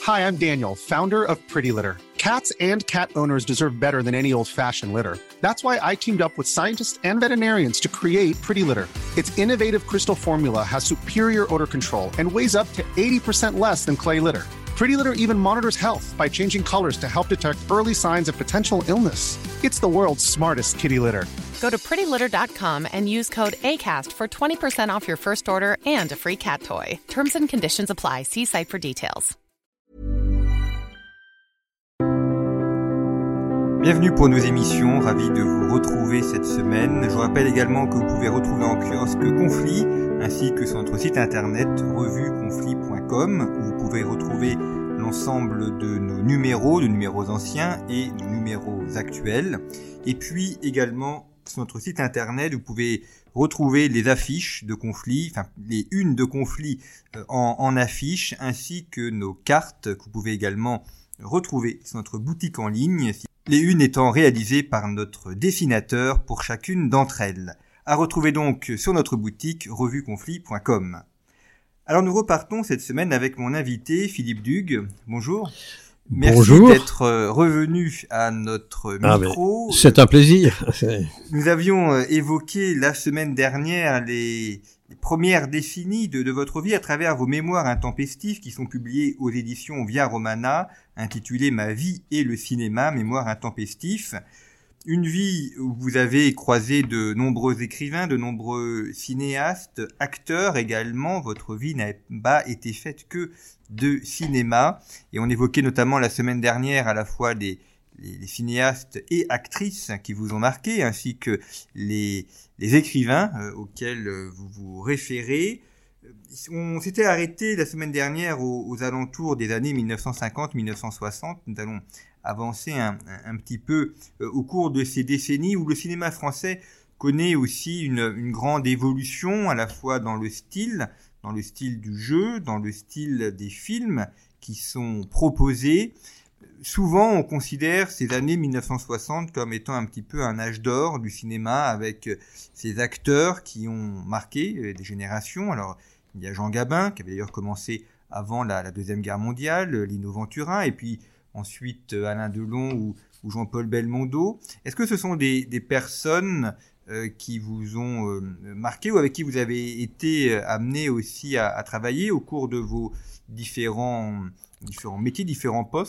Hi, I'm Daniel, founder of Pretty Litter. Cats and cat owners deserve better than any old-fashioned litter. That's why I teamed up with scientists and veterinarians to create Pretty Litter. Its innovative crystal formula has superior odor control and weighs up to 80% less than clay litter. Pretty Litter even monitors health by changing colors to help detect early signs of potential illness. It's the world's smartest kitty litter. Go to prettylitter.com and use code ACAST for 20% off your first order and a free cat toy. Terms and conditions apply. See site for details. Bienvenue pour nos émissions, ravi de vous retrouver cette semaine. Je vous rappelle également que vous pouvez retrouver en kiosque Conflit, ainsi que sur notre site internet revueconflit.com, où vous pouvez retrouver l'ensemble de nos numéros anciens et nos numéros actuels. Et puis également sur notre site internet, vous pouvez retrouver les affiches de Conflit, enfin les unes de Conflit en affiches, ainsi que nos cartes que vous pouvez également retrouver sur notre boutique en ligne. Les unes étant réalisées par notre dessinateur pour chacune d'entre elles. À retrouver donc sur notre boutique revueconflit.com. Alors nous repartons cette semaine avec mon invité Philippe Dugues. Bonjour. Merci d'être revenu à notre micro. C'est un plaisir. Nous avions évoqué la semaine dernière les premières décennies de votre vie à travers vos mémoires intempestives qui sont publiées aux éditions Via Romana, intitulées Ma vie et le cinéma, mémoires intempestifs. Une vie où vous avez croisé de nombreux écrivains, de nombreux cinéastes, acteurs également. Votre vie n'a pas été faite que de cinéma. Et on évoquait notamment la semaine dernière à la fois les cinéastes et actrices qui vous ont marqué, ainsi que les écrivains auxquels vous vous référez. On s'était arrêté la semaine dernière aux alentours des années 1950-1960. Nous allons avancer un petit peu au cours de ces décennies où le cinéma français connaît aussi une grande évolution, à la fois dans le style du jeu, dans le style des films qui sont proposés. Souvent, on considère ces années 1960 comme étant un petit peu un âge d'or du cinéma, avec ces acteurs qui ont marqué des générations. Alors, il y a Jean Gabin, qui avait d'ailleurs commencé avant la Deuxième Guerre mondiale, Lino Ventura, et puis ensuite Alain Delon ou Jean-Paul Belmondo. Est-ce que ce sont des personnes qui vous ont marqué ou avec qui vous avez été amené aussi à travailler au cours de vos différents métiers, différents postes ?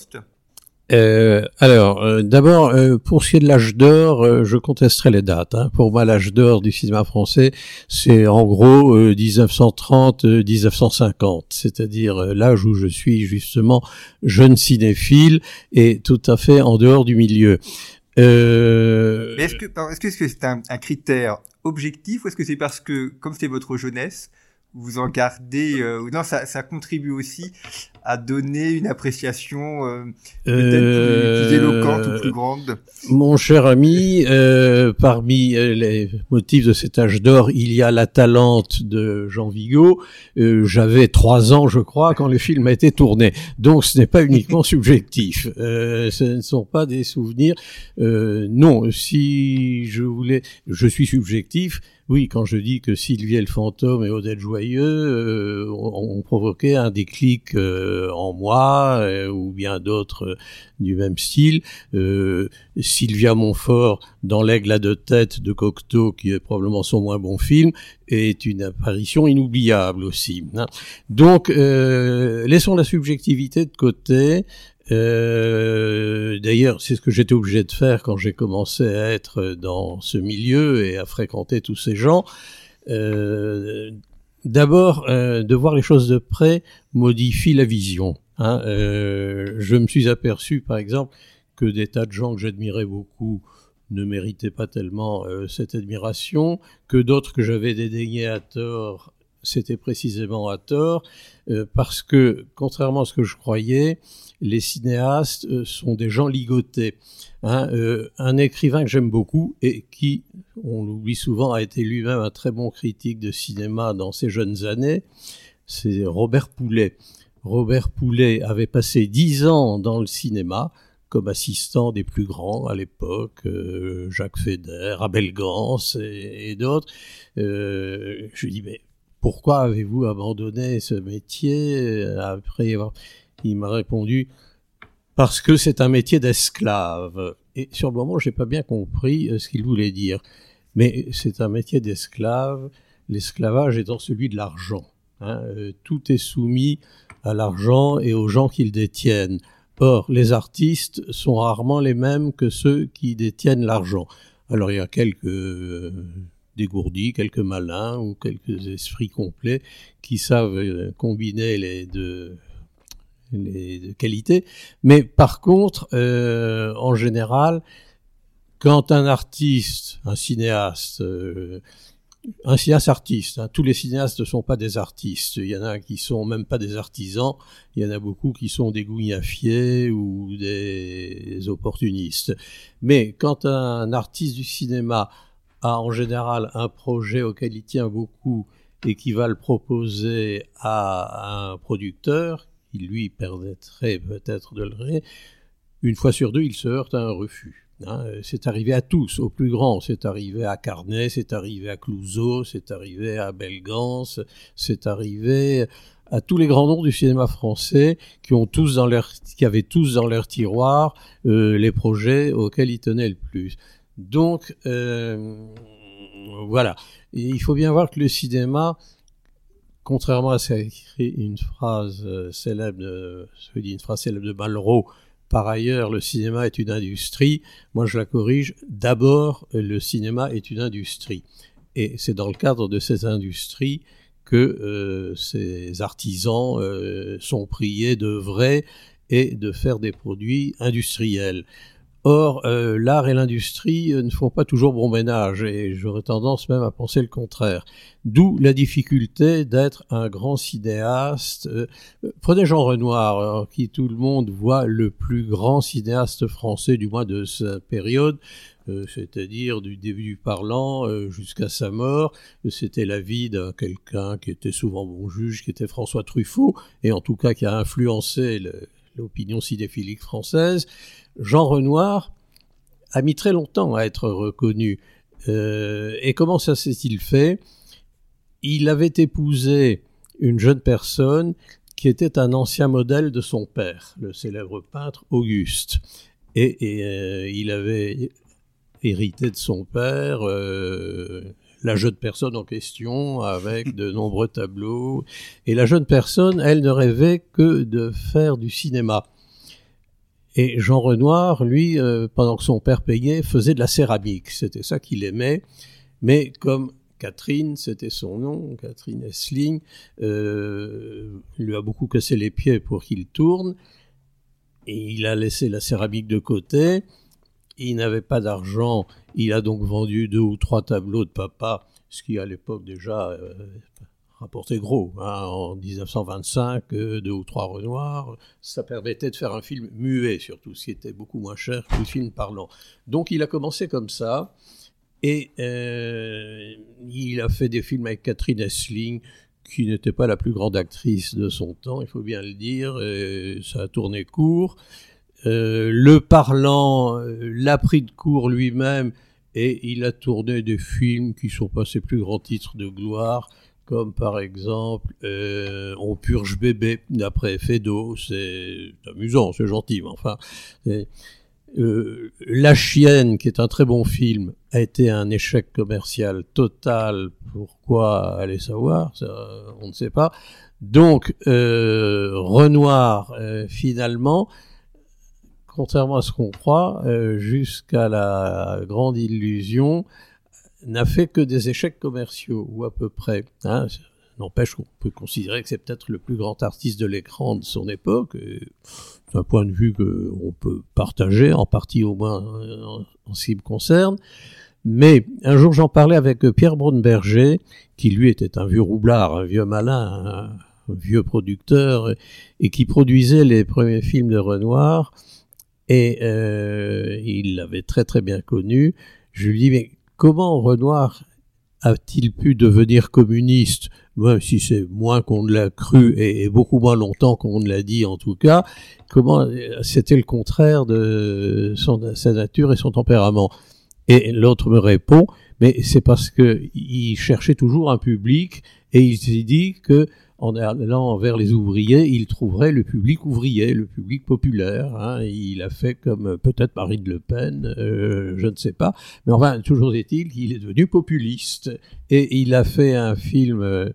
D'abord, pour ce qui est de l'âge d'or, je contesterai les dates. Pour moi, l'âge d'or du cinéma français, c'est en gros 1930-1950, c'est-à-dire l'âge où je suis justement jeune cinéphile et tout à fait en dehors du milieu. Mais est-ce que c'est un critère objectif ou est-ce que c'est parce que, comme c'est votre jeunesse, vous en gardez non, ça contribue aussi à donner une appréciation peut-être plus éloquente ou plus grande. Mon cher ami, parmi les motifs de cet âge d'or, il y a La Talente de Jean Vigo. J'avais 3 ans, je crois, quand le film a été tourné. Donc ce n'est pas uniquement subjectif. Ce ne sont pas des souvenirs. Non, si je suis subjectif. Oui, quand je dis que Sylvie et le fantôme et Odette Joyeux ont provoqué un déclic en moi, ou bien d'autres du même style. Sylvia Montfort dans L'Aigle à 2 têtes de Cocteau, qui est probablement son moins bon film, est une apparition inoubliable aussi. Donc, laissons la subjectivité de côté. D'ailleurs, c'est ce que j'étais obligé de faire quand j'ai commencé à être dans ce milieu et à fréquenter tous ces gens. D'abord, de voir les choses de près modifie la vision. Je me suis aperçu, par exemple, que des tas de gens que j'admirais beaucoup ne méritaient pas tellement cette admiration, que d'autres que j'avais dédaignés à tort, c'était précisément à tort, parce que, contrairement à ce que je croyais, les cinéastes sont des gens ligotés. Un écrivain que j'aime beaucoup et qui, on l'oublie souvent, a été lui-même un très bon critique de cinéma dans ses jeunes années, c'est Robert Poulet. Robert Poulet avait passé 10 ans dans le cinéma comme assistant des plus grands à l'époque, Jacques Feder, Abel Gans et d'autres. Je lui dis, mais pourquoi avez-vous abandonné ce métier après avoir... Il m'a répondu parce que c'est un métier d'esclave. Et sur le moment, j'ai pas bien compris ce qu'il voulait dire. Mais c'est un métier d'esclave, l'esclavage étant celui de l'argent. Tout est soumis à l'argent et aux gens qui le détiennent. Or, les artistes sont rarement les mêmes que ceux qui détiennent l'argent. Alors, il y a quelques dégourdis, quelques malins ou quelques esprits complets qui savent combiner les deux qualités. Mais par contre, en général, quand un artiste, un cinéaste artiste, tous les cinéastes ne sont pas des artistes, il y en a qui sont même pas des artisans, il y en a beaucoup qui sont des gougnafiers ou des opportunistes. Mais quand un artiste du cinéma a en général un projet auquel il tient beaucoup et qui va le proposer à un producteur, qui lui permettrait peut-être de le ré, une fois sur deux, il se heurte à un refus. C'est arrivé à tous, aux plus grands. C'est arrivé à Carnet, c'est arrivé à Clouzot, c'est arrivé à Belgance, c'est arrivé à tous les grands noms du cinéma français qui avaient tous dans leur tiroir les projets auxquels ils tenaient le plus. Donc, voilà. Et il faut bien voir que le cinéma, contrairement à ce qu'a écrit une phrase célèbre de Malraux, par ailleurs, le cinéma est une industrie. Moi, je la corrige. D'abord, le cinéma est une industrie. Et c'est dans le cadre de cette industrie que ces artisans sont priés d'œuvrer et de faire des produits industriels. Or, l'art et l'industrie ne font pas toujours bon ménage, et j'aurais tendance même à penser le contraire. D'où la difficulté d'être un grand cinéaste. Prenez Jean Renoir, qui tout le monde voit le plus grand cinéaste français, du moins de sa période, c'est-à-dire du début du parlant jusqu'à sa mort. C'était la vie d'un quelqu'un qui était souvent bon juge, qui était François Truffaut, et en tout cas qui a influencé l'opinion cinéphilique française. Jean Renoir a mis très longtemps à être reconnu. Et comment ça s'est-il fait ? Il avait épousé une jeune personne qui était un ancien modèle de son père, le célèbre peintre Auguste. Et il avait hérité de son père la jeune personne en question, avec de nombreux tableaux. Et la jeune personne, elle ne rêvait que de faire du cinéma. Et Jean Renoir, lui, pendant que son père payait, faisait de la céramique. C'était ça qu'il aimait. Mais comme Catherine, c'était son nom, Catherine Essling, lui a beaucoup cassé les pieds pour qu'il tourne. Et il a laissé la céramique de côté. Il n'avait pas d'argent. Il a donc vendu 2 ou 3 tableaux de papa, ce qui à l'époque déjà rapportait gros. En 1925, 2 ou 3 Renoir, ça permettait de faire un film muet surtout, ce qui était beaucoup moins cher que le film parlant. Donc il a commencé comme ça, et il a fait des films avec Catherine Essling, qui n'était pas la plus grande actrice de son temps, il faut bien le dire, et ça a tourné court. Le parlant l'a pris de court lui-même, et il a tourné des films qui sont pas ses plus grands titres de gloire, comme par exemple On purge bébé d'après Feydeau. C'est amusant, c'est gentil, mais enfin La chienne, qui est un très bon film, a été un échec commercial total. Pourquoi, allez savoir, ça, on ne sait pas. Donc Renoir, finalement, contrairement à ce qu'on croit, jusqu'à La Grande Illusion, n'a fait que des échecs commerciaux, ou à peu près. N'empêche qu'on peut considérer que c'est peut-être le plus grand artiste de l'écran de son époque. C'est un point de vue qu'on peut partager, en partie au moins en ce qui me concerne. Mais un jour, j'en parlais avec Pierre Braunberger, qui lui était un vieux roublard, un vieux malin, un vieux producteur, et qui produisait les premiers films de Renoir, et il l'avait très très bien connu. Je lui dis, mais comment Renoir a-t-il pu devenir communiste, même si c'est moins qu'on ne l'a cru et beaucoup moins longtemps qu'on ne l'a dit en tout cas? Comment c'était le contraire de sa nature et son tempérament? Et l'autre me répond, mais c'est parce que il cherchait toujours un public, et il s'est dit que en allant vers les ouvriers, il trouverait le public ouvrier, le public populaire. Hein. Il a fait comme peut-être Marine Le Pen, je ne sais pas. Mais enfin, toujours est-il qu'il est devenu populiste. Et il a fait un film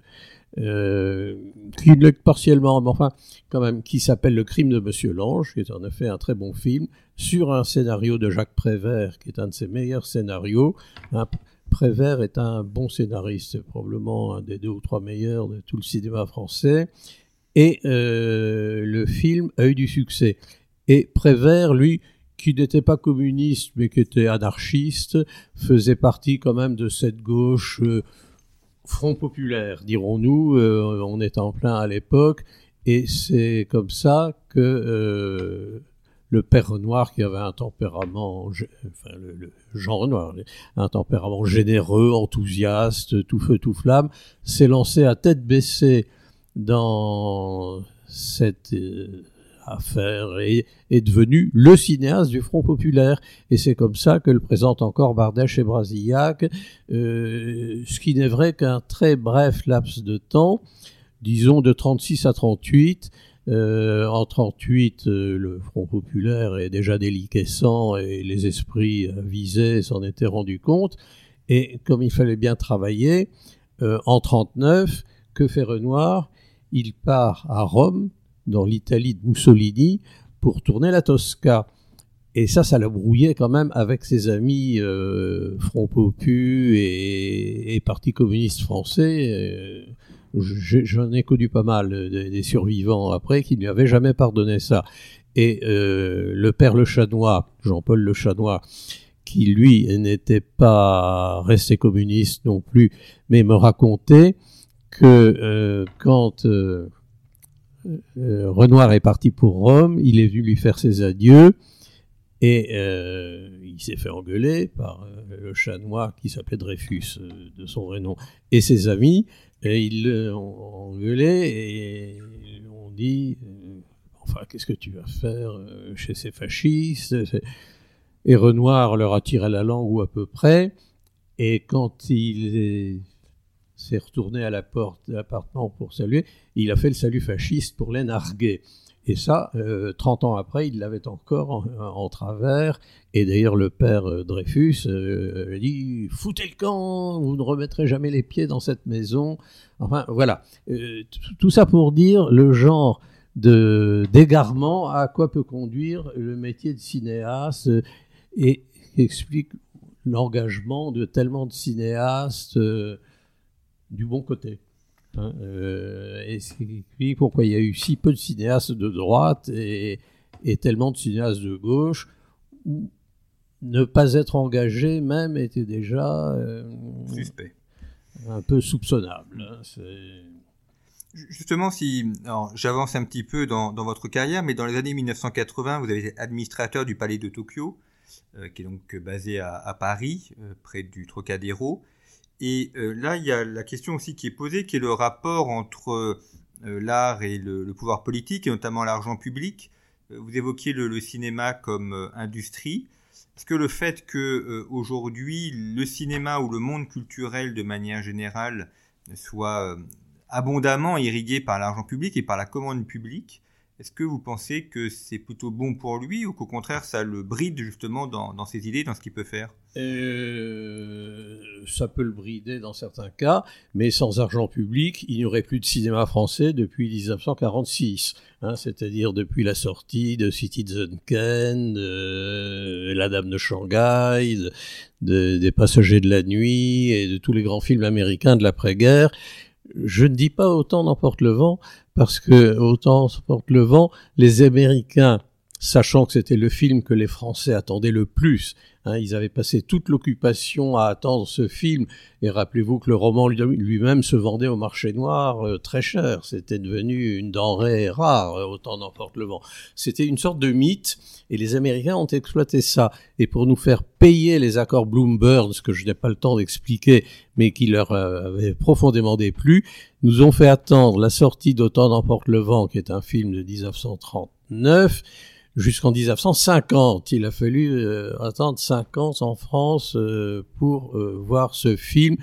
qui l'est partiellement, mais enfin, quand même, qui s'appelle Le crime de Monsieur Lange, qui est en effet un très bon film, sur un scénario de Jacques Prévert, qui est un de ses meilleurs scénarios. Prévert est un bon scénariste, probablement un des 2 ou 3 meilleurs de tout le cinéma français. Et le film a eu du succès. Et Prévert, lui, qui n'était pas communiste, mais qui était anarchiste, faisait partie quand même de cette gauche Front populaire, dirons-nous. On est en plein à l'époque. Et c'est comme ça que le père Renoir, qui avait un tempérament, enfin le Jean Renoir, un tempérament généreux, enthousiaste, tout feu, tout flamme, s'est lancé à tête baissée dans cette affaire et est devenu le cinéaste du Front populaire. Et c'est comme ça que le présente encore Bardèche et Brasillac, ce qui n'est vrai qu'un très bref laps de temps, disons de 36 à 38. En 38, le Front populaire est déjà déliquescent et les esprits avisés s'en étaient rendus compte. Et comme il fallait bien travailler, en 39, que fait Renoir ? Il part à Rome, dans l'Italie de Mussolini, pour tourner la Tosca. Et ça l'a brouillé quand même avec ses amis Front Popu et Parti communiste français. J'en ai connu pas mal des survivants après qui ne lui avaient jamais pardonné ça. Et le père Le Chanois, Jean-Paul Le Chanois, qui lui n'était pas resté communiste non plus, mais me racontait que quand Renoir est parti pour Rome, il est venu lui faire ses adieux et il s'est fait engueuler par le Chanois qui s'appelait Dreyfus de son vrai nom et ses amis. Et ils l'ont engueulé et on dit enfin, qu'est-ce que tu vas faire chez ces fascistes ? Et Renoir leur a tiré la langue ou à peu près. Et quand il s'est retourné à la porte de l'appartement pour saluer, il a fait le salut fasciste pour les narguer. Et ça, 30 ans après, il l'avait encore en travers. Et d'ailleurs, le père Dreyfus a dit « Foutez le camp, vous ne remettrez jamais les pieds dans cette maison. » Enfin, voilà. Tout ça pour dire le genre d'égarement à quoi peut conduire le métier de cinéaste et explique l'engagement de tellement de cinéastes du bon côté. Et c'est pourquoi il y a eu si peu de cinéastes de droite et tellement de cinéastes de gauche où ne pas être engagé même était déjà suspect, un peu soupçonnable. Justement, alors, j'avance un petit peu dans votre carrière, mais dans les années 1980, vous avez été administrateur du Palais de Tokyo, qui est donc basé à Paris, près du Trocadéro. Et là, il y a la question aussi qui est posée, qui est le rapport entre l'art et le pouvoir politique, et notamment l'argent public. Vous évoquiez le cinéma comme industrie. Est-ce que le fait que aujourd'hui le cinéma ou le monde culturel de manière générale soit abondamment irrigué par l'argent public et par la commande publique, est-ce que vous pensez que c'est plutôt bon pour lui ou qu'au contraire ça le bride justement dans ses idées, dans ce qu'il peut faire ? Ça peut le brider dans certains cas, mais sans argent public, il n'y aurait plus de cinéma français depuis 1946, c'est-à-dire depuis la sortie de Citizen Kane, de La Dame de Shanghai, des Passagers de la nuit et de tous les grands films américains de l'après-guerre. Je ne dis pas Autant n'emporte le vent, parce que Autant n'emporte le vent, les Américains, sachant que c'était le film que les Français attendaient le plus, ils avaient passé toute l'occupation à attendre ce film, et rappelez-vous que le roman lui-même se vendait au marché noir très cher, c'était devenu une denrée rare, Autant n'emporte le vent. C'était une sorte de mythe, et les Américains ont exploité ça, et pour nous faire payer les accords Bloomberg, ce que je n'ai pas le temps d'expliquer, mais qui leur avait profondément déplu, nous ont fait attendre la sortie d'Autant n'emporte le vent, qui est un film de 1939, jusqu'en 1950. Il a fallu attendre 5 ans en France pour voir ce film.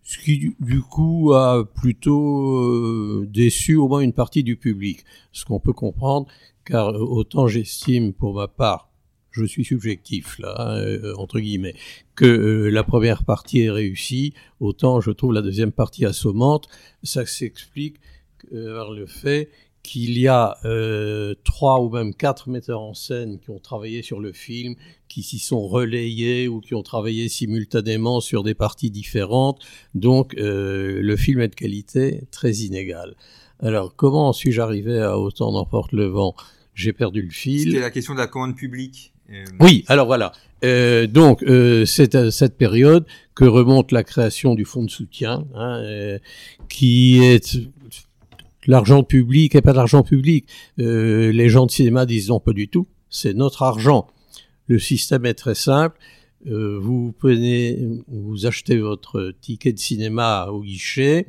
ce qui du coup a plutôt déçu au moins une partie du public, ce qu'on peut comprendre, car autant j'estime pour ma part, je suis subjectif là, entre guillemets, que la première partie est réussie, autant je trouve la deuxième partie assommante. Ça s'explique par le fait qu'il y a 3 ou même 4 metteurs en scène qui ont travaillé sur le film, qui s'y sont relayés ou qui ont travaillé simultanément sur des parties différentes. Donc le film est de qualité très inégale. Alors comment suis-je arrivé à Autant n'emporte le vent ? J'ai perdu le fil. C'était la question de la commande publique. Oui, alors voilà. Donc c'est à cette période que remonte la création du fonds de soutien, qui est l'argent public et pas de l'argent public. Les gens de cinéma disent non, pas du tout. C'est notre argent. Le système est très simple. Vous achetez votre ticket de cinéma au guichet.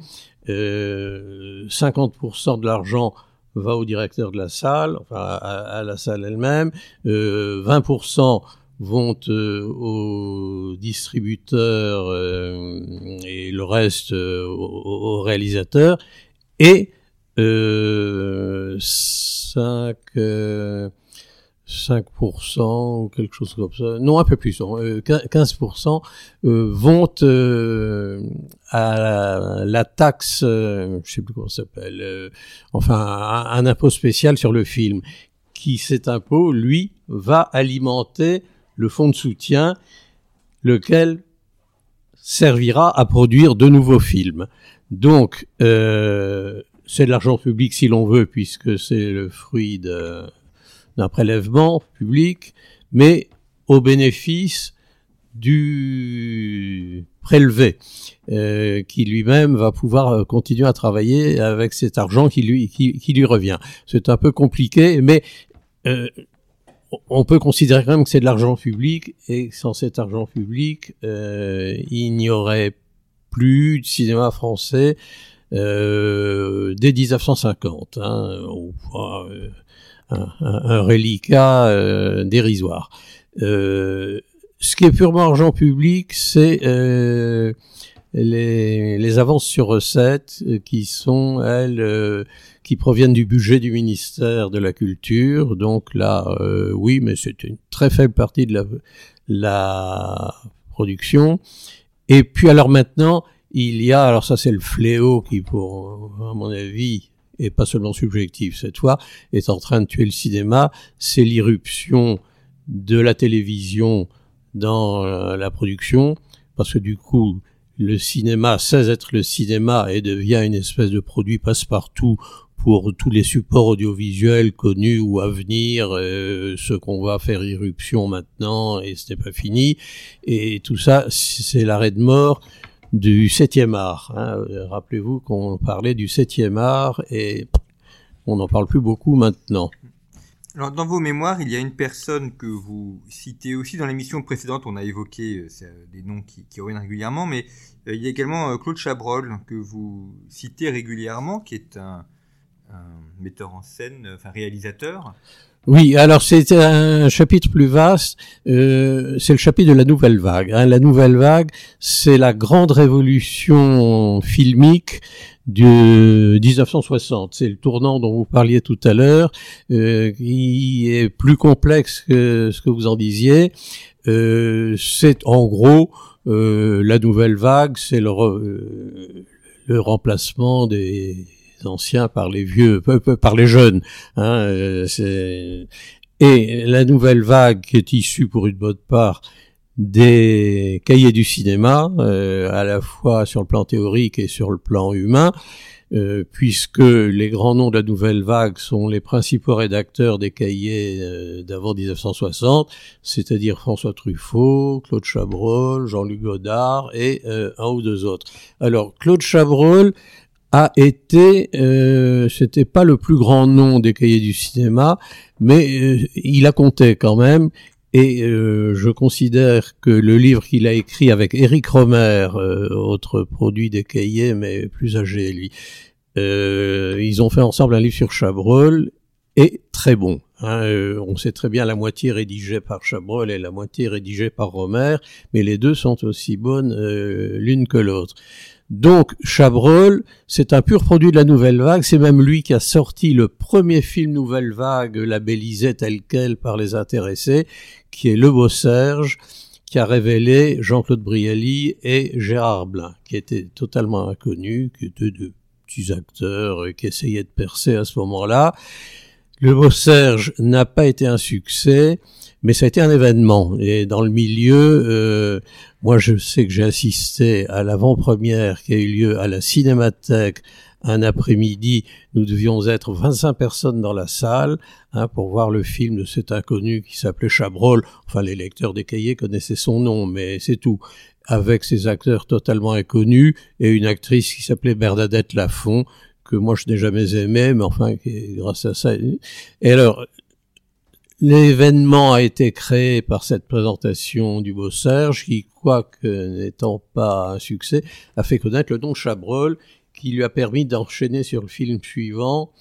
50% de l'argent va au directeur de la salle, enfin à la salle elle-même. 20% vont aux distributeurs et le reste aux réalisateurs. Et 5% ou quelque chose comme ça, non, un peu plus, 15% vont à la taxe, je sais plus comment ça s'appelle, enfin un impôt spécial sur le film, qui cet impôt, lui, va alimenter le fonds de soutien, lequel servira à produire de nouveaux films. Donc, c'est de l'argent public si l'on veut, puisque c'est le fruit d'un prélèvement public, mais au bénéfice du prélevé, qui lui-même va pouvoir continuer à travailler avec cet argent qui lui revient. C'est un peu compliqué, mais on peut considérer quand même que c'est de l'argent public, et sans cet argent public, il n'y aurait plus de cinéma français dès 1950, un reliquat dérisoire. Ce qui est purement argent public, c'est les avances sur recettes qui sont, elles, qui proviennent du budget du ministère de la Culture. Donc là, oui, mais c'est une très faible partie de la production. Et puis alors maintenant, il y a, alors ça c'est le fléau qui, pour, à mon avis, et pas seulement subjectif cette fois, est en train de tuer le cinéma, c'est l'irruption de la télévision dans la production, parce que du coup, le cinéma cesse d'être le cinéma et devient une espèce de produit passe-partout pour tous les supports audiovisuels connus ou à venir, ceux qu'on va faire irruption maintenant et ce n'est pas fini. Et tout ça, c'est l'arrêt de mort du 7e art. Rappelez-vous qu'on parlait du 7e art et on n'en parle plus beaucoup maintenant. Alors, dans vos mémoires, il y a une personne que vous citez aussi. Dans l'émission précédente, on a évoqué des noms qui reviennent régulièrement, mais il y a également Claude Chabrol que vous citez régulièrement, qui est un metteur en scène, enfin réalisateur. Oui, alors c'est un chapitre plus vaste, c'est le chapitre de la Nouvelle Vague. La Nouvelle Vague, c'est la grande révolution filmique de 1960. C'est le tournant dont vous parliez tout à l'heure, qui est plus complexe que ce que vous en disiez. C'est en gros, la Nouvelle Vague, c'est le remplacement des anciens par les vieux, par les jeunes. Et la Nouvelle Vague qui est issue pour une bonne part des cahiers du cinéma, à la fois sur le plan théorique et sur le plan humain, puisque les grands noms de la Nouvelle Vague sont les principaux rédacteurs des cahiers d'avant 1960, c'est-à-dire François Truffaut, Claude Chabrol, Jean-Luc Godard et un ou deux autres. Alors, Claude Chabrol a été, c'était pas le plus grand nom des cahiers du cinéma, mais il a compté quand même, et je considère que le livre qu'il a écrit avec Éric Rohmer, autre produit des cahiers, mais plus âgé lui, ils ont fait ensemble un livre sur Chabrol, et très bon. On sait très bien la moitié rédigée par Chabrol et la moitié rédigée par Rohmer, mais les deux sont aussi bonnes l'une que l'autre. Donc Chabrol, c'est un pur produit de la Nouvelle Vague, c'est même lui qui a sorti le premier film Nouvelle Vague labellisé tel quel par les intéressés, qui est Le Beau Serge, qui a révélé Jean-Claude Brialy et Gérard Blin, qui étaient totalement inconnus, qui étaient de petits acteurs qui essayaient de percer à ce moment-là. Le Beau Serge n'a pas été un succès, mais ça a été un événement. Et dans le milieu, moi je sais que j'ai assisté à l'avant-première qui a eu lieu à la Cinémathèque un après-midi. Nous devions être 25 personnes dans la salle pour voir le film de cet inconnu qui s'appelait Chabrol. Enfin, les lecteurs des cahiers connaissaient son nom, mais c'est tout. Avec ces acteurs totalement inconnus et une actrice qui s'appelait Bernadette Lafont, que moi je n'ai jamais aimée, mais enfin, grâce à ça. Et alors, l'événement a été créé par cette présentation du Beau Serge, qui, quoique n'étant pas un succès, a fait connaître le nom Chabrol, qui lui a permis d'enchaîner sur le film suivant,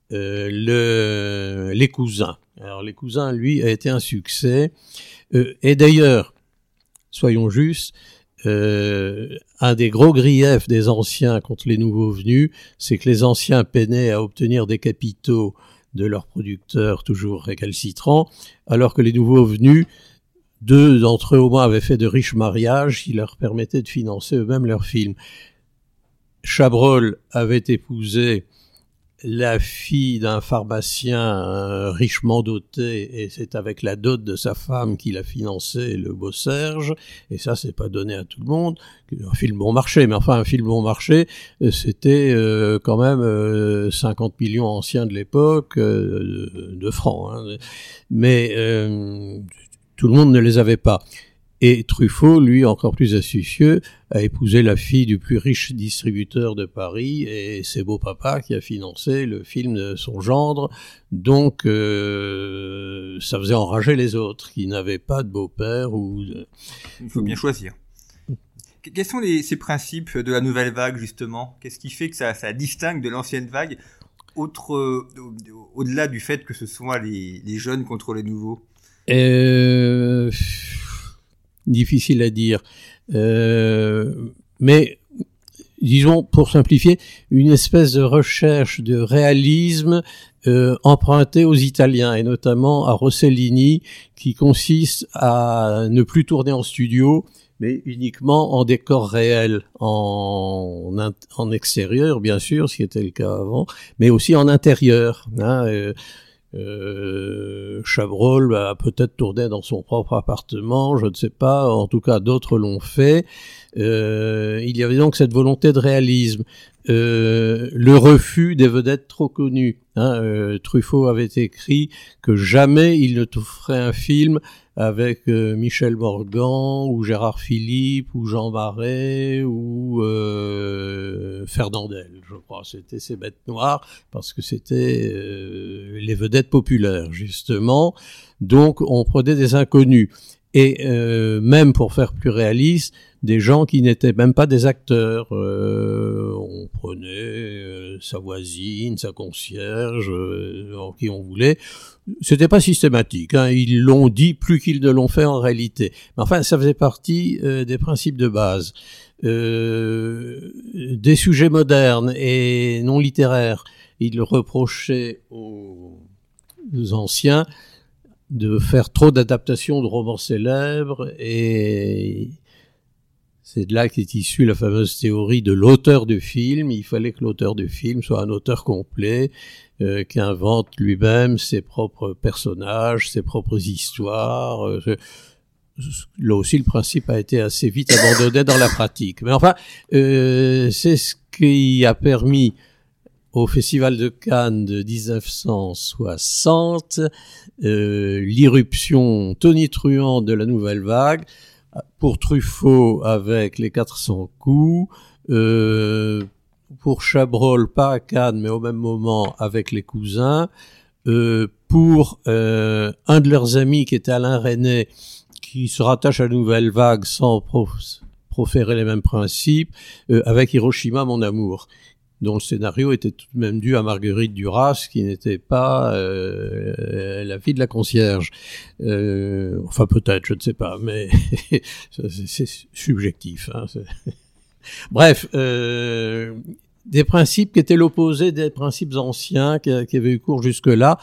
Les Cousins. Alors, Les Cousins, lui, a été un succès. Et d'ailleurs, soyons justes, un des gros griefs des anciens contre les nouveaux venus, c'est que les anciens peinaient à obtenir des capitaux de leurs producteurs toujours récalcitrants, alors que les nouveaux venus, 2 d'entre eux au moins avaient fait de riches mariages qui leur permettaient de financer eux-mêmes leurs films. Chabrol avait épousé la fille d'un pharmacien richement doté, et c'est avec la dot de sa femme qu'il a financé Le Beau Serge, et ça c'est pas donné à tout le monde. Un film bon marché, mais enfin un film bon marché, c'était quand même 50 millions anciens de l'époque de francs, hein. Mais tout le monde ne les avait pas. Et Truffaut, lui, encore plus astucieux, a épousé la fille du plus riche distributeur de Paris, et c'est Beau-Papa qui a financé le film de son gendre. Donc, ça faisait enrager les autres, qui n'avaient pas de beau-père ou... Il faut bien choisir. Quels sont ces principes de la nouvelle vague, justement ? Qu'est-ce qui fait que ça distingue de l'ancienne vague, au-delà du fait que ce soit les jeunes contre les nouveaux ? Difficile à dire. Mais, disons, pour simplifier, une espèce de recherche de réalisme emprunté aux Italiens, et notamment à Rossellini, qui consiste à ne plus tourner en studio, mais uniquement en décor réel, en extérieur, bien sûr, ce qui était le cas avant, mais aussi en intérieur, hein. Chabrol a peut-être tourné dans son propre appartement, je ne sais pas, en tout cas d'autres l'ont fait. Il y avait donc cette volonté de réalisme, le refus des vedettes trop connues, hein. Truffaut avait écrit que jamais il ne ferait un film avec Michel Morgan ou Gérard Philippe ou Jean Marais ou Fernandel, je crois. C'était ces bêtes noires parce que c'était les vedettes populaires, justement. Donc on prenait des inconnus. Et même pour faire plus réaliste, des gens qui n'étaient même pas des acteurs. On prenait sa voisine, sa concierge, en qui on voulait. C'était pas systématique, hein. Ils l'ont dit plus qu'ils ne l'ont fait en réalité. Mais enfin, ça faisait partie des principes de base. Des sujets modernes et non littéraires, ils reprochaient aux anciens de faire trop d'adaptations de romans célèbres, et c'est de là qu'est issue la fameuse théorie de l'auteur du film. Il fallait que l'auteur du film soit un auteur complet, qui invente lui-même ses propres personnages, ses propres histoires. Là aussi, le principe a été assez vite abandonné dans la pratique. Mais enfin, c'est ce qui a permis au Festival de Cannes de 1960 l'irruption tonitruante de la nouvelle vague, pour Truffaut avec Les 400 coups, pour Chabrol pas à Cannes mais au même moment avec Les Cousins, pour un de leurs amis qui était Alain Resnais, qui se rattache à la nouvelle vague sans proférer les mêmes principes, avec Hiroshima mon amour, dont le scénario était tout de même dû à Marguerite Duras, qui n'était pas la fille de la concierge. Enfin, peut-être, je ne sais pas, mais c'est subjectif, hein. Bref, des principes qui étaient l'opposé des principes anciens qui avaient eu cours jusque-là.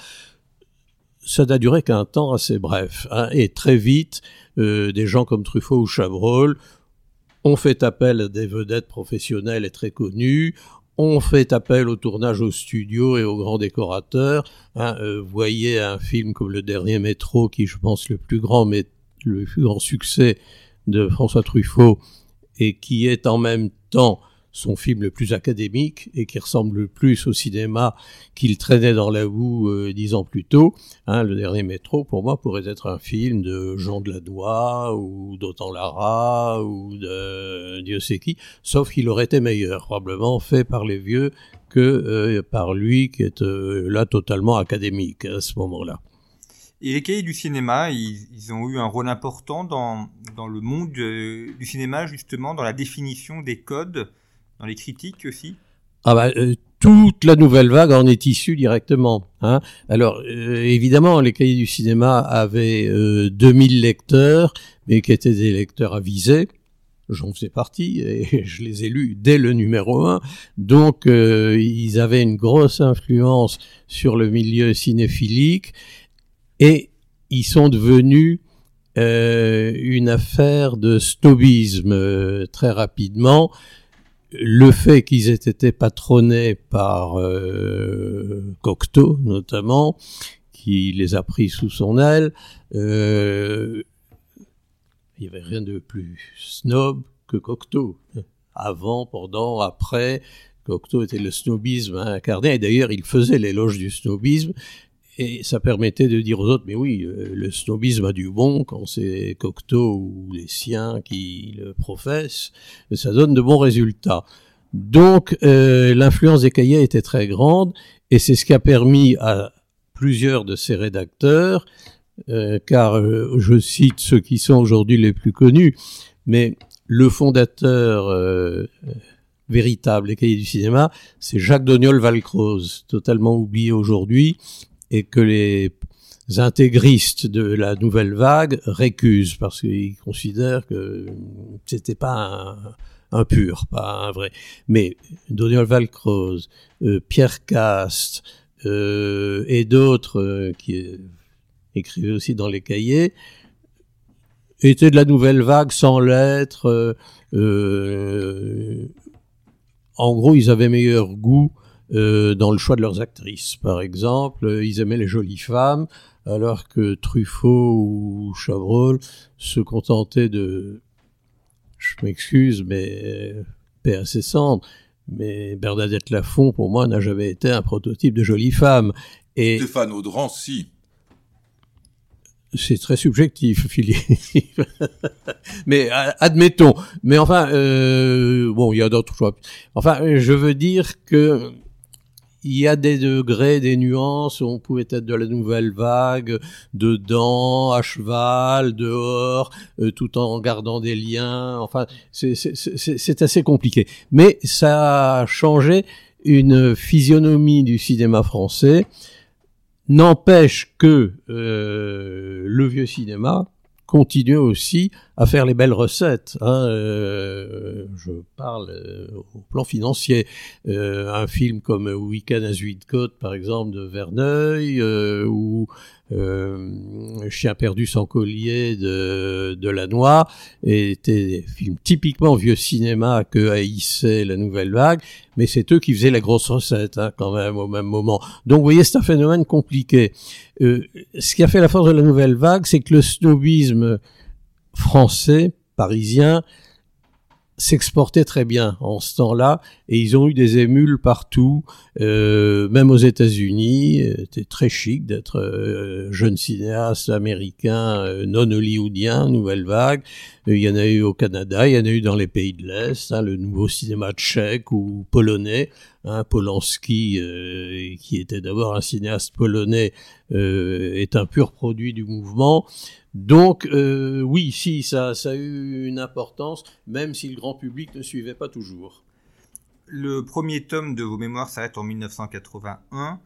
Ça n'a duré qu'un temps assez bref, hein, et très vite, des gens comme Truffaut ou Chabrol ont fait appel à des vedettes professionnelles et très connues, ont fait appel au tournage au studio et aux grands décorateurs. Hein, voyez un film comme Le Dernier Métro, qui je pense le plus grand succès de François Truffaut, et qui est en même temps son film le plus académique et qui ressemble le plus au cinéma qu'il traînait dans la boue 10 ans plus tôt. Hein, Le Dernier Métro, pour moi, pourrait être un film de Jean Deladoy ou d'Autant Lara ou de Dieu sait qui, sauf qu'il aurait été meilleur, probablement fait par les vieux que par lui qui est là totalement académique à ce moment-là. Et les cahiers du cinéma, ils ont eu un rôle important dans le monde du cinéma, justement, dans la définition des codes, dans les critiques aussi. Toute la nouvelle vague en est issue directement. Hein. Alors, évidemment, les cahiers du cinéma avaient 2000 lecteurs, mais qui étaient des lecteurs avisés. J'en faisais partie et je les ai lus dès le numéro 1. Donc, ils avaient une grosse influence sur le milieu cinéphilique et ils sont devenus une affaire de snobisme très rapidement. Le fait qu'ils aient été patronnés par Cocteau, notamment, qui les a pris sous son aile, il n'y avait rien de plus snob que Cocteau. Avant, pendant, après, Cocteau était le snobisme incarné, et d'ailleurs il faisait l'éloge du snobisme, et ça permettait de dire aux autres, mais oui, le snobisme a du bon quand c'est Cocteau ou les siens qui le professent, ça donne de bons résultats. Donc l'influence des cahiers était très grande, et c'est ce qui a permis à plusieurs de ces rédacteurs, car je cite ceux qui sont aujourd'hui les plus connus, mais le fondateur véritable des cahiers du cinéma, c'est Jacques Doniol-Valcroze, totalement oublié aujourd'hui, et que les intégristes de la nouvelle vague récusent parce qu'ils considèrent que c'était pas un pur, pas un vrai. Mais Doniol-Valcroze, Pierre Cast et d'autres qui écrivaient aussi dans les cahiers étaient de la nouvelle vague sans l'être. En gros, ils avaient meilleur goût dans le choix de leurs actrices. Par exemple, ils aimaient les jolies femmes, alors que Truffaut ou Chabrol se contentaient de, je m'excuse, mais paix à ses cendres, mais Bernadette Lafont, pour moi, n'a jamais été un prototype de jolie femme. Et Stéphane Audran, si. C'est très subjectif, Philippe. Mais admettons. Mais enfin, bon, il y a d'autres choix. Enfin, je veux dire que il y a des degrés, des nuances. On pouvait être de la nouvelle vague, dedans, à cheval, dehors, tout en gardant des liens. Enfin, c'est assez compliqué. Mais ça a changé une physionomie du cinéma français. N'empêche que le vieux cinéma continue aussi à faire les belles recettes. Hein, je parle au plan financier. Un film comme Week-end à Zuidcote, par exemple, de Verneuil, ou Chien perdu sans collier de Lannoy, étaient des films typiquement vieux cinéma que haïssait la nouvelle vague, mais c'est eux qui faisaient les grosses recettes, hein, quand même, au même moment. Donc, vous voyez, c'est un phénomène compliqué. Ce qui a fait la force de la nouvelle vague, c'est que le snobisme français, parisien, s'exportait très bien en ce temps-là, et ils ont eu des émules partout, même aux États-Unis. C'était très chic d'être jeune cinéaste américain non hollywoodien, nouvelle vague. Il y en a eu au Canada, il y en a eu dans les pays de l'Est, hein, le nouveau cinéma tchèque ou polonais. Hein, Polanski, qui était d'abord un cinéaste polonais, est un pur produit du mouvement. Donc oui, si, ça a eu une importance, même si le grand public ne suivait pas toujours. Le premier tome de vos mémoires s'arrête en 1981.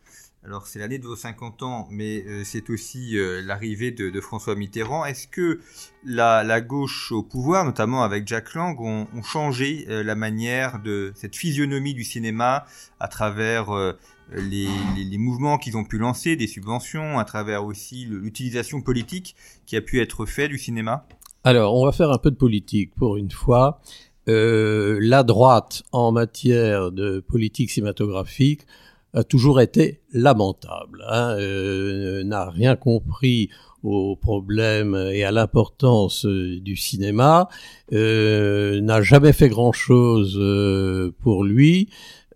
Alors c'est l'année de vos 50 ans, mais c'est aussi l'arrivée de François Mitterrand. Est-ce que la gauche au pouvoir, notamment avec Jack Lang, ont changé la manière de cette physionomie du cinéma à travers les mouvements qu'ils ont pu lancer, des subventions, à travers aussi l'utilisation politique qui a pu être faite du cinéma? Alors, on va faire un peu de politique pour une fois. La droite, en matière de politique cinématographique, a toujours été lamentable, n'a rien compris aux problèmes et à l'importance du cinéma, n'a jamais fait grand-chose pour lui,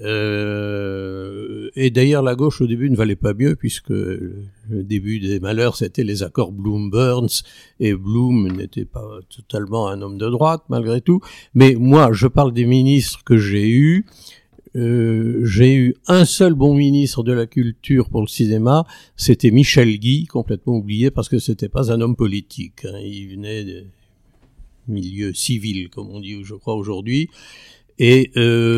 et d'ailleurs la gauche au début ne valait pas mieux, puisque le début des malheurs c'était les accords Bloom-Burns, et Bloom n'était pas totalement un homme de droite malgré tout. Mais moi je parle des ministres que j'ai eus. J'ai eu un seul bon ministre de la culture pour le cinéma, c'était Michel Guy, complètement oublié parce que c'était pas un homme politique, il venait des milieux civils comme on dit je crois aujourd'hui, et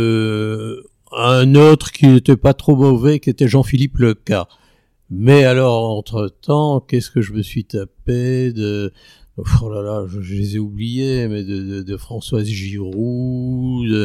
un autre qui n'était pas trop mauvais qui était Jean-Philippe Leca. Mais alors entre-temps, qu'est-ce que je me suis tapé de... Oh là là, je les ai oubliés, mais de Françoise Giroud,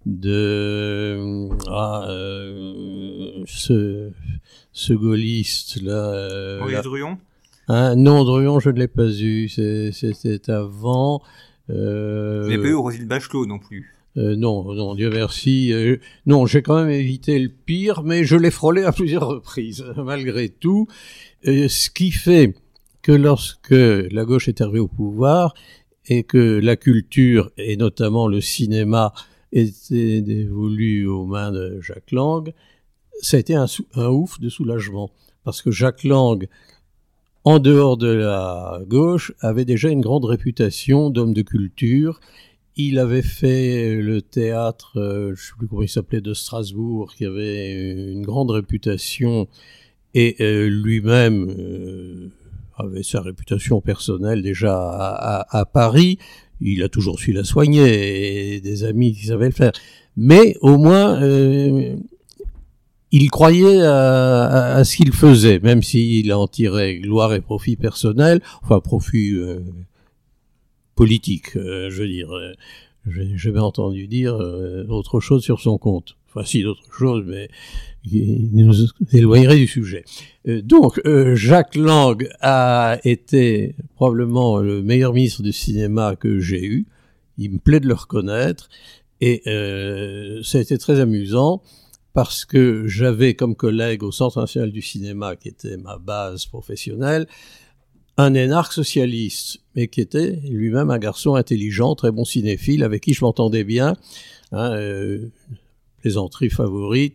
ce gaulliste là. Maurice Druon? Non, Druon, je ne l'ai pas eu. C'était avant. Vous n'avez pas eu Roselyne Bachelot non plus? Non, Dieu merci. Non, j'ai quand même évité le pire, mais je l'ai frôlé à plusieurs reprises, malgré tout. Ce qui fait que lorsque la gauche est arrivée au pouvoir et que la culture, et notamment le cinéma, était dévolu aux mains de Jack Lang, ça a été un ouf de soulagement. Parce que Jack Lang, en dehors de la gauche, avait déjà une grande réputation d'homme de culture. Il avait fait le théâtre, je ne sais plus comment il s'appelait, de Strasbourg, qui avait une grande réputation, et lui-même avait sa réputation personnelle déjà à Paris. Il a toujours su la soigner, et des amis qui savaient le faire. Mais au moins, il croyait à ce qu'il faisait, même s'il en tirait gloire et profit personnel, enfin profit politique, je veux dire. J'ai jamais entendu dire autre chose sur son compte. Enfin, si, d'autres choses, mais il nous éloignerait du sujet. Donc, Jack Lang a été probablement le meilleur ministre du cinéma que j'ai eu. Il me plaît de le reconnaître. Et ça a été très amusant parce que j'avais comme collègue au Centre national du cinéma, qui était ma base professionnelle, un énarque socialiste, mais qui était lui-même un garçon intelligent, très bon cinéphile, avec qui je m'entendais bien. Plaisanterie favorite.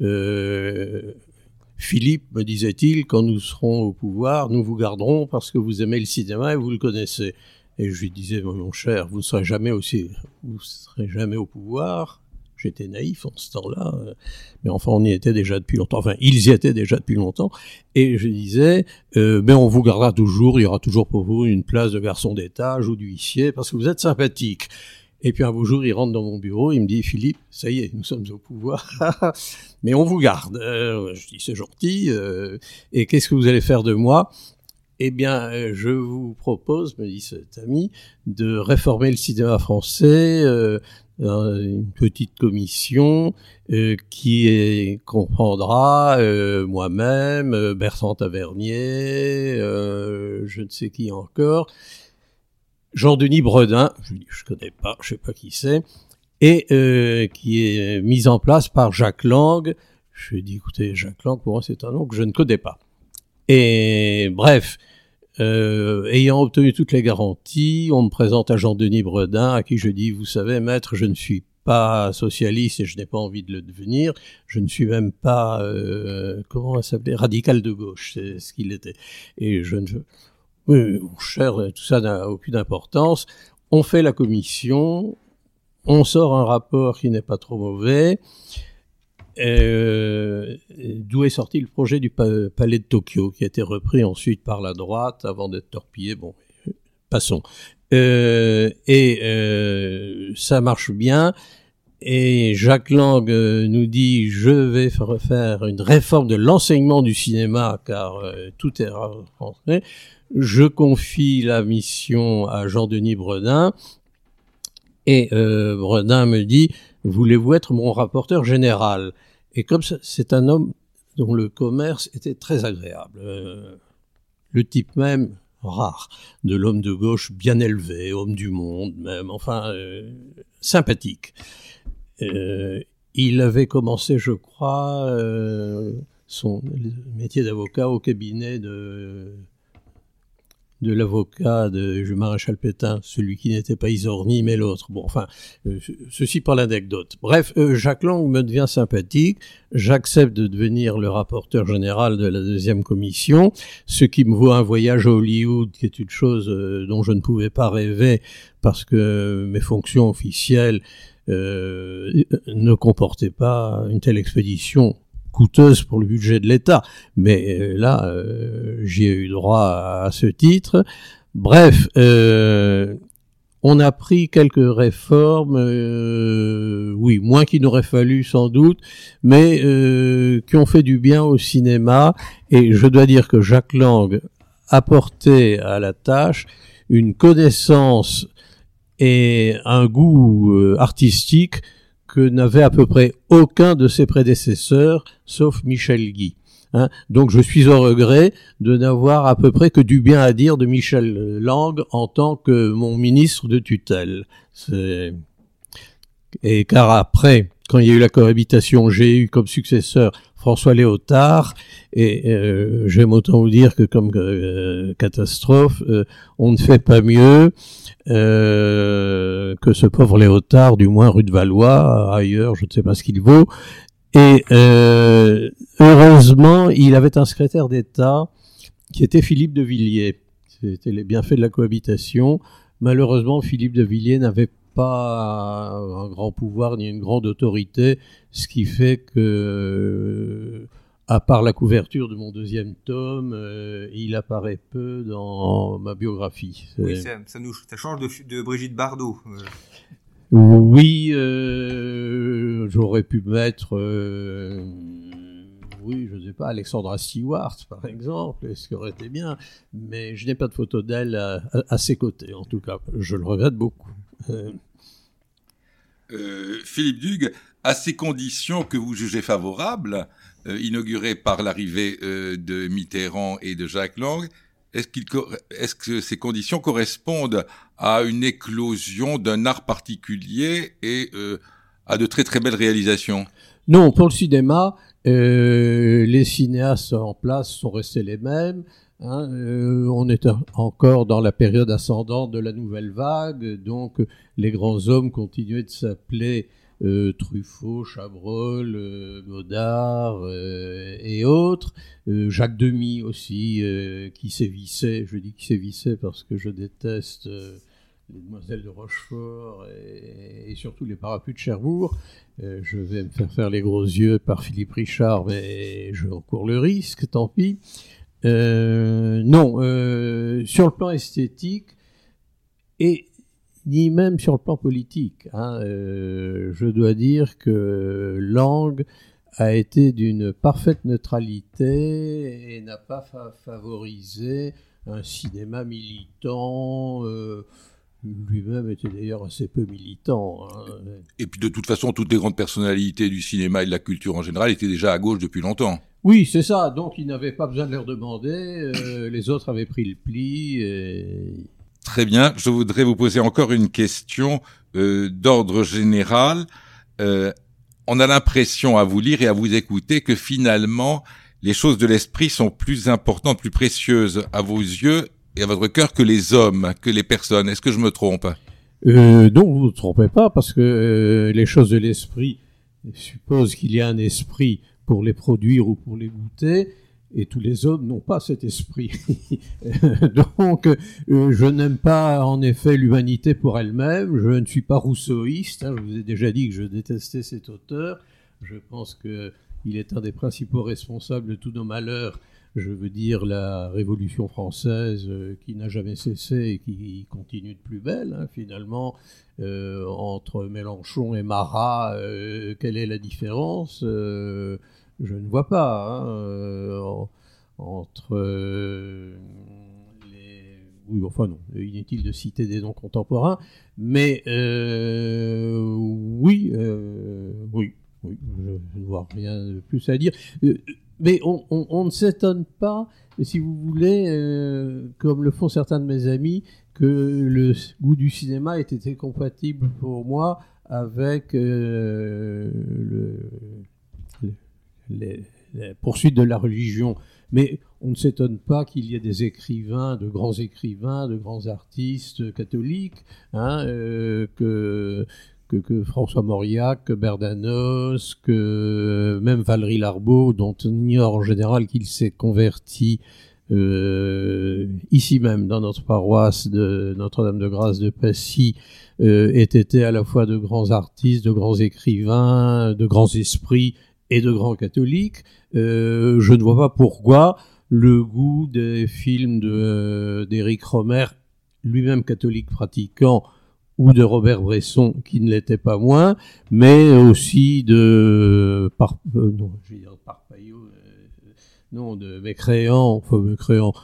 Philippe, me disait-il, quand nous serons au pouvoir, nous vous garderons parce que vous aimez le cinéma et vous le connaissez. Et je lui disais, mon cher, vous ne serez jamais au pouvoir. J'étais naïf en ce temps-là, mais enfin on y était déjà depuis longtemps, enfin ils y étaient déjà depuis longtemps, et je disais, mais on vous gardera toujours, il y aura toujours pour vous une place de garçon d'étage ou d'huissier, parce que vous êtes sympathique. Et puis un beau jour, il rentre dans mon bureau, il me dit, Philippe, ça y est, nous sommes au pouvoir, mais on vous garde. Je dis, c'est gentil, et qu'est-ce que vous allez faire de moi ? Eh bien, je vous propose, me dit cet ami, de réformer le cinéma français, une petite commission qui comprendra moi-même, Bertrand Tavernier, je ne sais qui encore, Jean-Denis Bredin, je dis je connais pas, je sais pas qui c'est, et qui est mise en place par Jack Lang. Je lui ai dit écoutez, Jack Lang pour moi c'est un nom que je ne connais pas. Et bref, ayant obtenu toutes les garanties, on me présente à Jean-Denis Bredin, à qui je dis, vous savez, maître, je ne suis pas socialiste et je n'ai pas envie de le devenir. Je ne suis même pas, comment ça s'appelait, radical de gauche, c'est ce qu'il était. Et oui, mon cher, tout ça n'a aucune importance. On fait la commission, on sort un rapport qui n'est pas trop mauvais. D'où est sorti le projet du palais de Tokyo, qui a été repris ensuite par la droite avant d'être torpillé. Bon, passons. Ça marche bien, Et Jacques Lang nous dit « Je vais faire une réforme de l'enseignement du cinéma car tout est rentré ». Je confie la mission à Jean-Denis Bredin et Bredin me dit « Voulez-vous être mon rapporteur général ?» Et comme ça, c'est un homme dont le commerce était très agréable. Le type même rare, de l'homme de gauche bien élevé, homme du monde même, enfin sympathique. Il avait commencé, je crois, son métier d'avocat au cabinet de l'avocat du maréchal Pétain, celui qui n'était pas Isorni mais l'autre. Bon, enfin, ceci par l'anecdote. Bref, Jacques Lang me devient sympathique. J'accepte de devenir le rapporteur général de la deuxième commission, ce qui me vaut un voyage à Hollywood, qui est une chose dont je ne pouvais pas rêver parce que mes fonctions officielles ne comportaient pas une telle expédition coûteuse pour le budget de l'État, mais là, j'y ai eu droit à ce titre. Bref, on a pris quelques réformes, oui, moins qu'il n'aurait fallu sans doute, mais qui ont fait du bien au cinéma, et je dois dire que Jacques Lang apportait à la tâche une connaissance et un goût artistique que n'avait à peu près aucun de ses prédécesseurs, sauf Michel Guy. Donc je suis au regret de n'avoir à peu près que du bien à dire de Michel Lang en tant que mon ministre de tutelle. Et car après, quand il y a eu la cohabitation, j'ai eu comme successeur François Léotard, et j'aime autant vous dire que comme catastrophe, on ne fait pas mieux que ce pauvre Léotard, du moins rue de Valois, ailleurs je ne sais pas ce qu'il vaut. Et heureusement, il avait un secrétaire d'État qui était Philippe de Villiers. C'était les bienfaits de la cohabitation. Malheureusement, Philippe de Villiers n'avait pas un grand pouvoir ni une grande autorité, ce qui fait que, à part la couverture de mon deuxième tome, il apparaît peu dans ma biographie. Oui, ça change de Brigitte Bardot. Oui, j'aurais pu mettre, oui, je ne sais pas, Alexandra Stewart, par exemple, ce qui aurait été bien, mais je n'ai pas de photo d'elle à ses côtés, en tout cas. Je le regrette beaucoup. Philippe Dugues, à ces conditions que vous jugez favorables, inaugurées par l'arrivée de Mitterrand et de Jacques Lang, est-ce que ces conditions correspondent à une éclosion d'un art particulier et à de très très belles réalisations? Non, pour le cinéma, les cinéastes en place sont restés les mêmes. On est encore dans la période ascendante de la nouvelle vague, donc les grands hommes continuaient de s'appeler Truffaut, Chabrol, Godard et autres. Jacques Demy aussi, qui sévissait. Je dis qui sévissait parce que je déteste les Demoiselles de Rochefort et surtout les Parapluies de Cherbourg. Je vais me faire les gros yeux par Philippe Richard, mais je cours le risque, tant pis. Non, sur le plan esthétique et ni même sur le plan politique. Je dois dire que Lang a été d'une parfaite neutralité et n'a pas favorisé un cinéma militant. Lui-même était d'ailleurs assez peu militant. Et puis de toute façon, toutes les grandes personnalités du cinéma et de la culture en général étaient déjà à gauche depuis longtemps. Oui, c'est ça. Donc il n'avait pas besoin de leur demander. Les autres avaient pris le pli. Très bien. Je voudrais vous poser encore une question d'ordre général. On a l'impression à vous lire et à vous écouter que finalement, les choses de l'esprit sont plus importantes, plus précieuses à vos yeux et à votre cœur que les hommes, que les personnes. Est-ce que je me trompe? Non, vous ne vous trompez pas, parce que les choses de l'esprit supposent qu'il y a un esprit pour les produire ou pour les goûter, et tous les hommes n'ont pas cet esprit. Donc, je n'aime pas en effet l'humanité pour elle-même, je ne suis pas rousseauiste, je vous ai déjà dit que je détestais cet auteur, je pense qu'il est un des principaux responsables de tous nos malheurs, je veux dire la Révolution française qui n'a jamais cessé et qui continue de plus belle, hein, finalement, entre Mélenchon et Marat, quelle est la différence? Je ne vois pas, hein, entre oui, enfin non, inutile de citer des noms contemporains, mais oui, je ne vois rien de plus à dire. Mais on ne s'étonne pas, si vous voulez, comme le font certains de mes amis, que le goût du cinéma ait été compatible pour moi avec la poursuite de la religion. Mais on ne s'étonne pas qu'il y ait des écrivains, de grands artistes catholiques, hein, que François Mauriac, que Bernanos, que même Valéry Larbaud, dont on ignore en général qu'il s'est converti ici même dans notre paroisse de Notre-Dame-de-Grâce de Passy, ait été à la fois de grands artistes, de grands écrivains, de grands esprits et de grands catholiques. Je ne vois pas pourquoi le goût des films d'Éric Rohmer, lui-même catholique pratiquant, ou de Robert Bresson, qui ne l'était pas moins, mais aussi de Mécréant,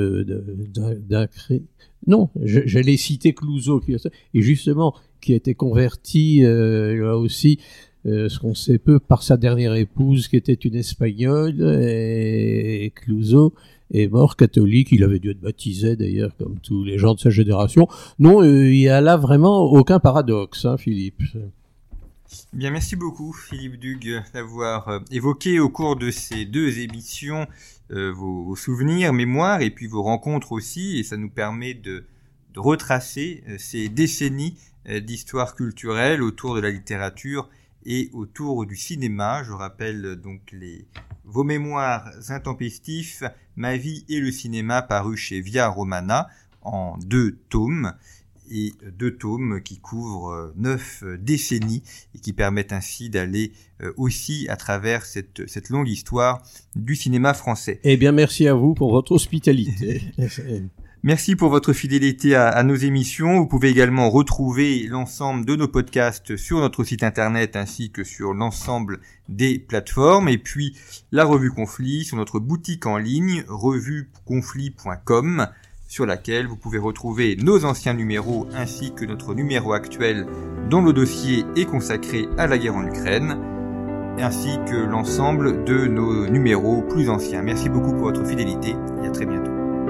non, j'allais citer Clouzot, et justement, qui a été converti, là aussi, ce qu'on sait peu, par sa dernière épouse, qui était une Espagnole, et Clouzot est mort catholique. Il avait dû être baptisé, d'ailleurs, comme tous les gens de sa génération. Non, il y a là vraiment aucun paradoxe, hein, Philippe. Bien, merci beaucoup, Philippe Dugue, d'avoir évoqué au cours de ces 2 émissions vos souvenirs, mémoires, et puis vos rencontres aussi, et ça nous permet de retracer ces décennies d'histoire culturelle autour de la littérature et autour du cinéma. Je rappelle donc vos mémoires intempestifs, Ma vie et le cinéma, paru chez Via Romana en 2 tomes, et 2 tomes qui couvrent 9 décennies et qui permettent ainsi d'aller aussi à travers cette longue histoire du cinéma français. Eh bien, merci à vous pour votre hospitalité. Merci pour votre fidélité à nos émissions. Vous pouvez également retrouver l'ensemble de nos podcasts sur notre site internet ainsi que sur l'ensemble des plateformes. Et puis la revue Conflit sur notre boutique en ligne, revueconflit.com, sur laquelle vous pouvez retrouver nos anciens numéros ainsi que notre numéro actuel dont le dossier est consacré à la guerre en Ukraine, ainsi que l'ensemble de nos numéros plus anciens. Merci beaucoup pour votre fidélité et à très bientôt.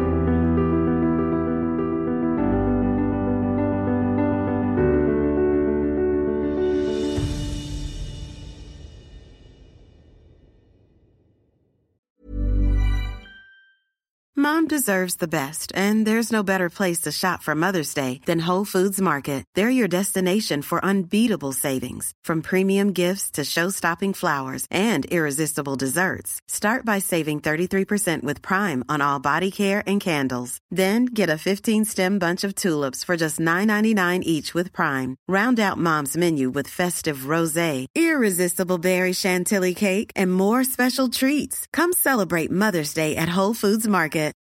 Mom deserves the best, and there's no better place to shop for Mother's Day than Whole Foods Market. They're your destination for unbeatable savings, from premium gifts to show-stopping flowers and irresistible desserts. Start by saving 33% with Prime on all body care and candles. Then get a 15-stem bunch of tulips for just $9.99 each with Prime. Round out Mom's menu with festive rosé, irresistible berry chantilly cake, and more special treats. Come celebrate Mother's Day at Whole Foods Market.